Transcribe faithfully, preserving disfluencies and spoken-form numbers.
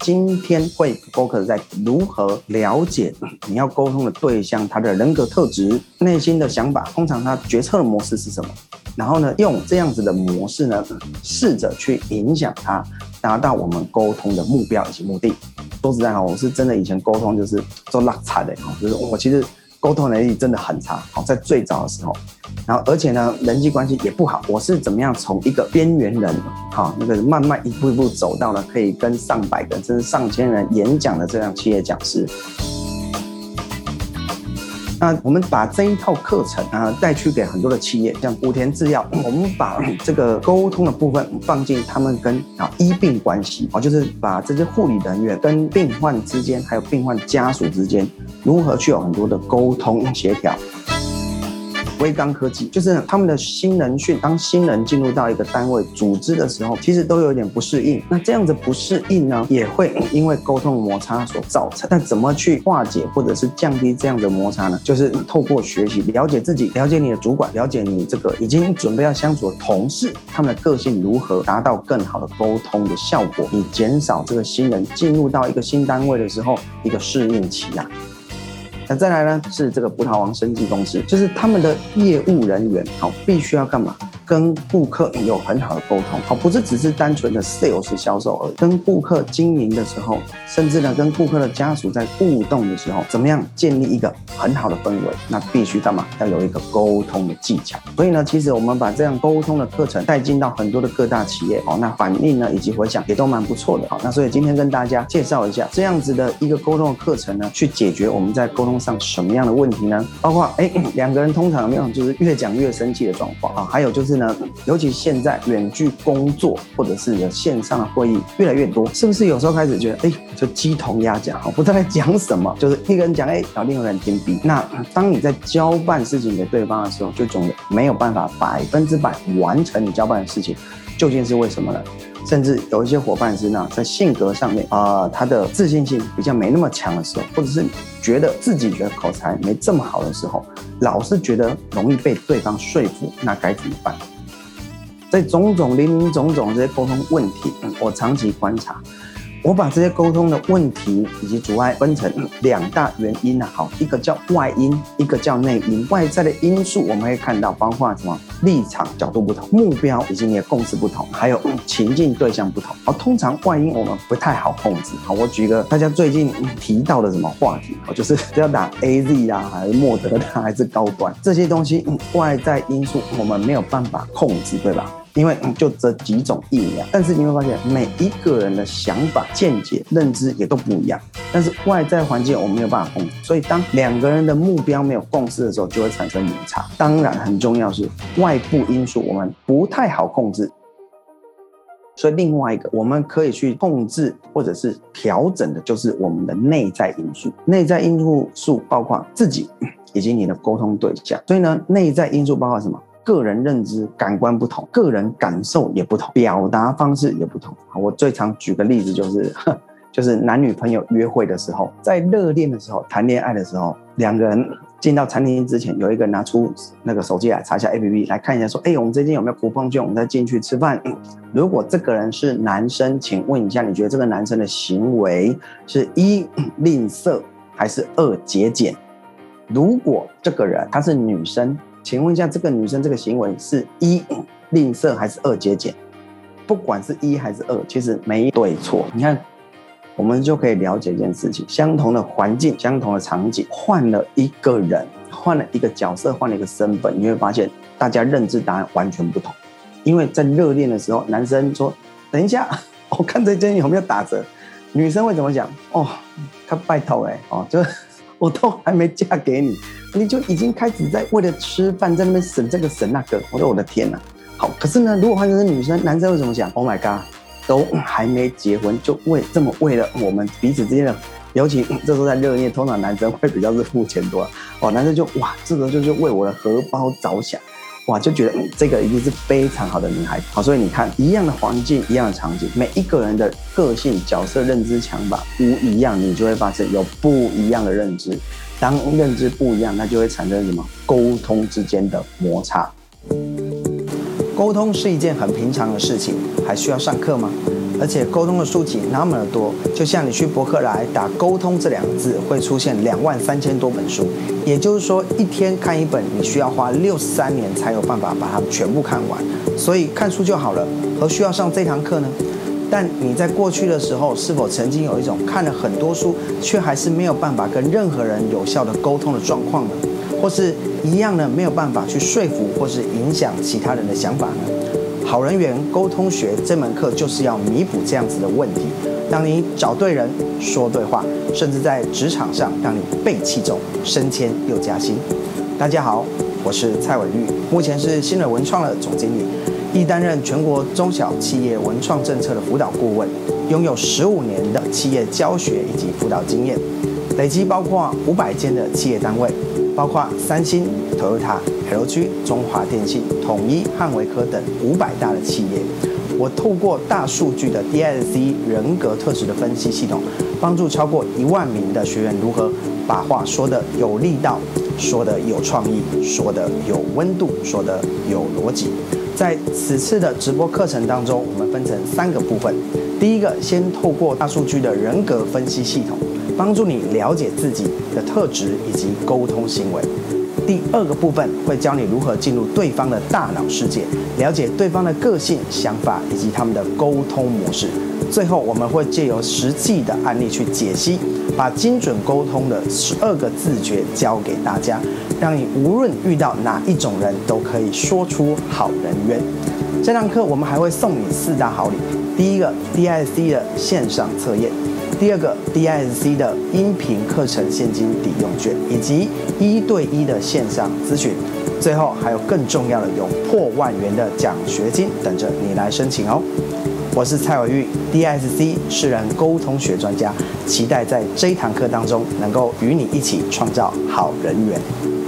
今天会 focus 在如何了解你要沟通的对象他的人格特质、内心的想法，通常他决策的模式是什么，然后呢，用这样子的模式呢，试着去影响他，达到我们沟通的目标以及目的。说实在，我是真的以前沟通就是做落差的，就是我其实沟通能力真的很差，在最早的时候，然后而且呢，人际关系也不好。我是怎么样从一个边缘人，好，那个慢慢一步一步走到了可以跟上百个甚至上千人演讲的这样企业讲师。那我们把这一套课程啊带去给很多的企业，像古田制药，我们把这个沟通的部分放进他们跟啊医病关系，哦，就是把这些护理人员跟病患之间，还有病患家属之间，如何去有很多的沟通协调。威刚科技就是他们的新人训，当新人进入到一个单位组织的时候，其实都有点不适应。那这样子不适应呢，也会因为沟通摩擦所造成。但怎么去化解或者是降低这样的摩擦呢？就是透过学习，了解自己，了解你的主管，了解你这个已经准备要相处的同事，他们的个性如何，达到更好的沟通的效果，以减少这个新人进入到一个新单位的时候一个适应期啊。那再来呢，是这个葡萄王生技公司，就是他们的业务人员，好，必须要干嘛？跟顾客有很好的沟通，好，不是只是单纯的 sales 销售而已。跟顾客经营的时候，甚至呢，跟顾客的家属在互动的时候，怎么样建立一个很好的氛围？那必须干嘛？要有一个沟通的技巧。所以呢，其实我们把这样沟通的课程带进到很多的各大企业，好，那反应呢以及回响也都蛮不错的。好，那所以今天跟大家介绍一下这样子的一个沟通的课程呢，去解决我们在沟通上什么样的问题呢？包括哎，两个人通常有没有就是越讲越生气的状况啊？还有就是呢，尤其现在远距工作或者是有线上的会议越来越多，是不是有时候开始觉得哎，就鸡同鸭讲，不知道在讲什么，就是一个人讲哎，然后另外一个人听 B。那当你在交办事情给对方的时候，就总没有办法百分之百完成你交办的事情，究竟是为什么呢？甚至有一些伙伴是呢，在性格上面啊、呃，他的自信心比较没那么强的时候，或者是觉得自己觉得口才没这么好的时候，老是觉得容易被对方说服，那该怎么办？在种种林林总总这些沟通问题，我长期观察，我把这些沟通的问题以及阻碍分成两大原因啊，好，一个叫外因，一个叫内因。外在的因素我们会看到，包括什么立场角度不同、目标以及你的共识不同，还有情境对象不同。好，通常外因我们不太好控制。好，我举一个大家最近提到的什么话题，就是要打 A Z 啦，还是莫德啦，还是高端这些东西，外在因素我们没有办法控制，对吧？因为就这几种疫苗，但是你会发现每一个人的想法、见解、认知也都不一样，但是外在环境我们没有办法控制，所以当两个人的目标没有共识的时候，就会产生摩擦。当然很重要是外部因素我们不太好控制，所以另外一个我们可以去控制或者是调整的就是我们的内在因素。内在因素包括自己以及你的沟通对象，所以呢，内在因素包括什么？个人认知、感官不同，个人感受也不同，表达方式也不同。我最常举个例子就是，就是男女朋友约会的时候，在热恋的时候、谈恋爱的时候，两个人进到餐厅之前，有一个拿出那个手机来查一下 A P P 来看一下，说：“哎、欸，我们最近有没有coupon券？我们再进去吃饭。嗯”如果这个人是男生，请问一下，你觉得这个男生的行为是一吝啬还是二节俭？如果这个人他是女生，请问一下，这个女生这个行为是一吝啬还是二节俭？不管是一还是二，其实没对错。你看，我们就可以了解一件事情：相同的环境、相同的场景，换了一个人，换了一个角色，换了一个身份，你会发现大家认知答案完全不同。因为在热恋的时候，男生说：“等一下，我看这件有没有打折。”女生会怎么讲？哦，他拜托哎，哦，就。我都还没嫁给你，你就已经开始在为了吃饭在那边省这个省那个，我说我的天哪！好，可是呢，如果换成是女生，男生会怎么想 ？Oh my god， 都还没结婚就为这么为了我们彼此之间的，尤其这时候在热恋，通常男生会比较是付钱多哦，男生就哇，这个就是为我的荷包着想。哇，就觉得、嗯、这个一定是非常好的女孩。好，所以你看，一样的环境，一样的场景，每一个人的个性、角色、认知强法不一样，你就会发现有不一样的认知。当认知不一样，那就会产生什么？沟通之间的摩擦。沟通是一件很平常的事情，还需要上课吗？ 而且沟通的书籍那么的多，就像你去博客来打沟通这两个字，会出现两万三千多本书，也就是说一天看一本，你需要花六十三年才有办法把它们全部看完。所以看书就好了，何需要上这堂课呢？但你在过去的时候，是否曾经有一种看了很多书，却还是没有办法跟任何人有效的沟通的状况呢？或是一样呢，没有办法去说服或是影响其他人的想法呢？好人缘沟通学这门课就是要弥补这样子的问题，让你找对人，说对话，甚至在职场上让你被器重，升迁又加薪。大家好，我是蔡伟玉，目前是新锐文创的总经理，亦担任全国中小企业文创政策的辅导顾问，拥有十五年的企业教学以及辅导经验，累积包括五百间的企业单位，包括三星、Toyota、L G、中华电信、统一、汉维科等五百大的企业。我透过大数据的 D I S C 人格特质的分析系统，帮助超过一万名的学员如何把话说得有力道，说得有创意，说得有温度，说得有逻辑。在此次的直播课程当中，我们分成三个部分。第一个，先透过大数据的人格分析系统，帮助你了解自己的特质以及沟通行为。第二个部分会教你如何进入对方的大脑世界，了解对方的个性、想法以及他们的沟通模式。最后，我们会借由实际的案例去解析，把精准沟通的十二个自觉教给大家，让你无论遇到哪一种人都可以说出好人缘。这堂课我们还会送你四大好礼：第一个 D I S C 的线上测验，第二个 D I S C 的音频课程现金抵用券，以及一对一的线上咨询。最后还有更重要的，有破万元的奖学金等着你来申请哦。我是蔡伟玉 ，D I S C 识人沟通学专家，期待在这一堂课当中能够与你一起创造好人缘。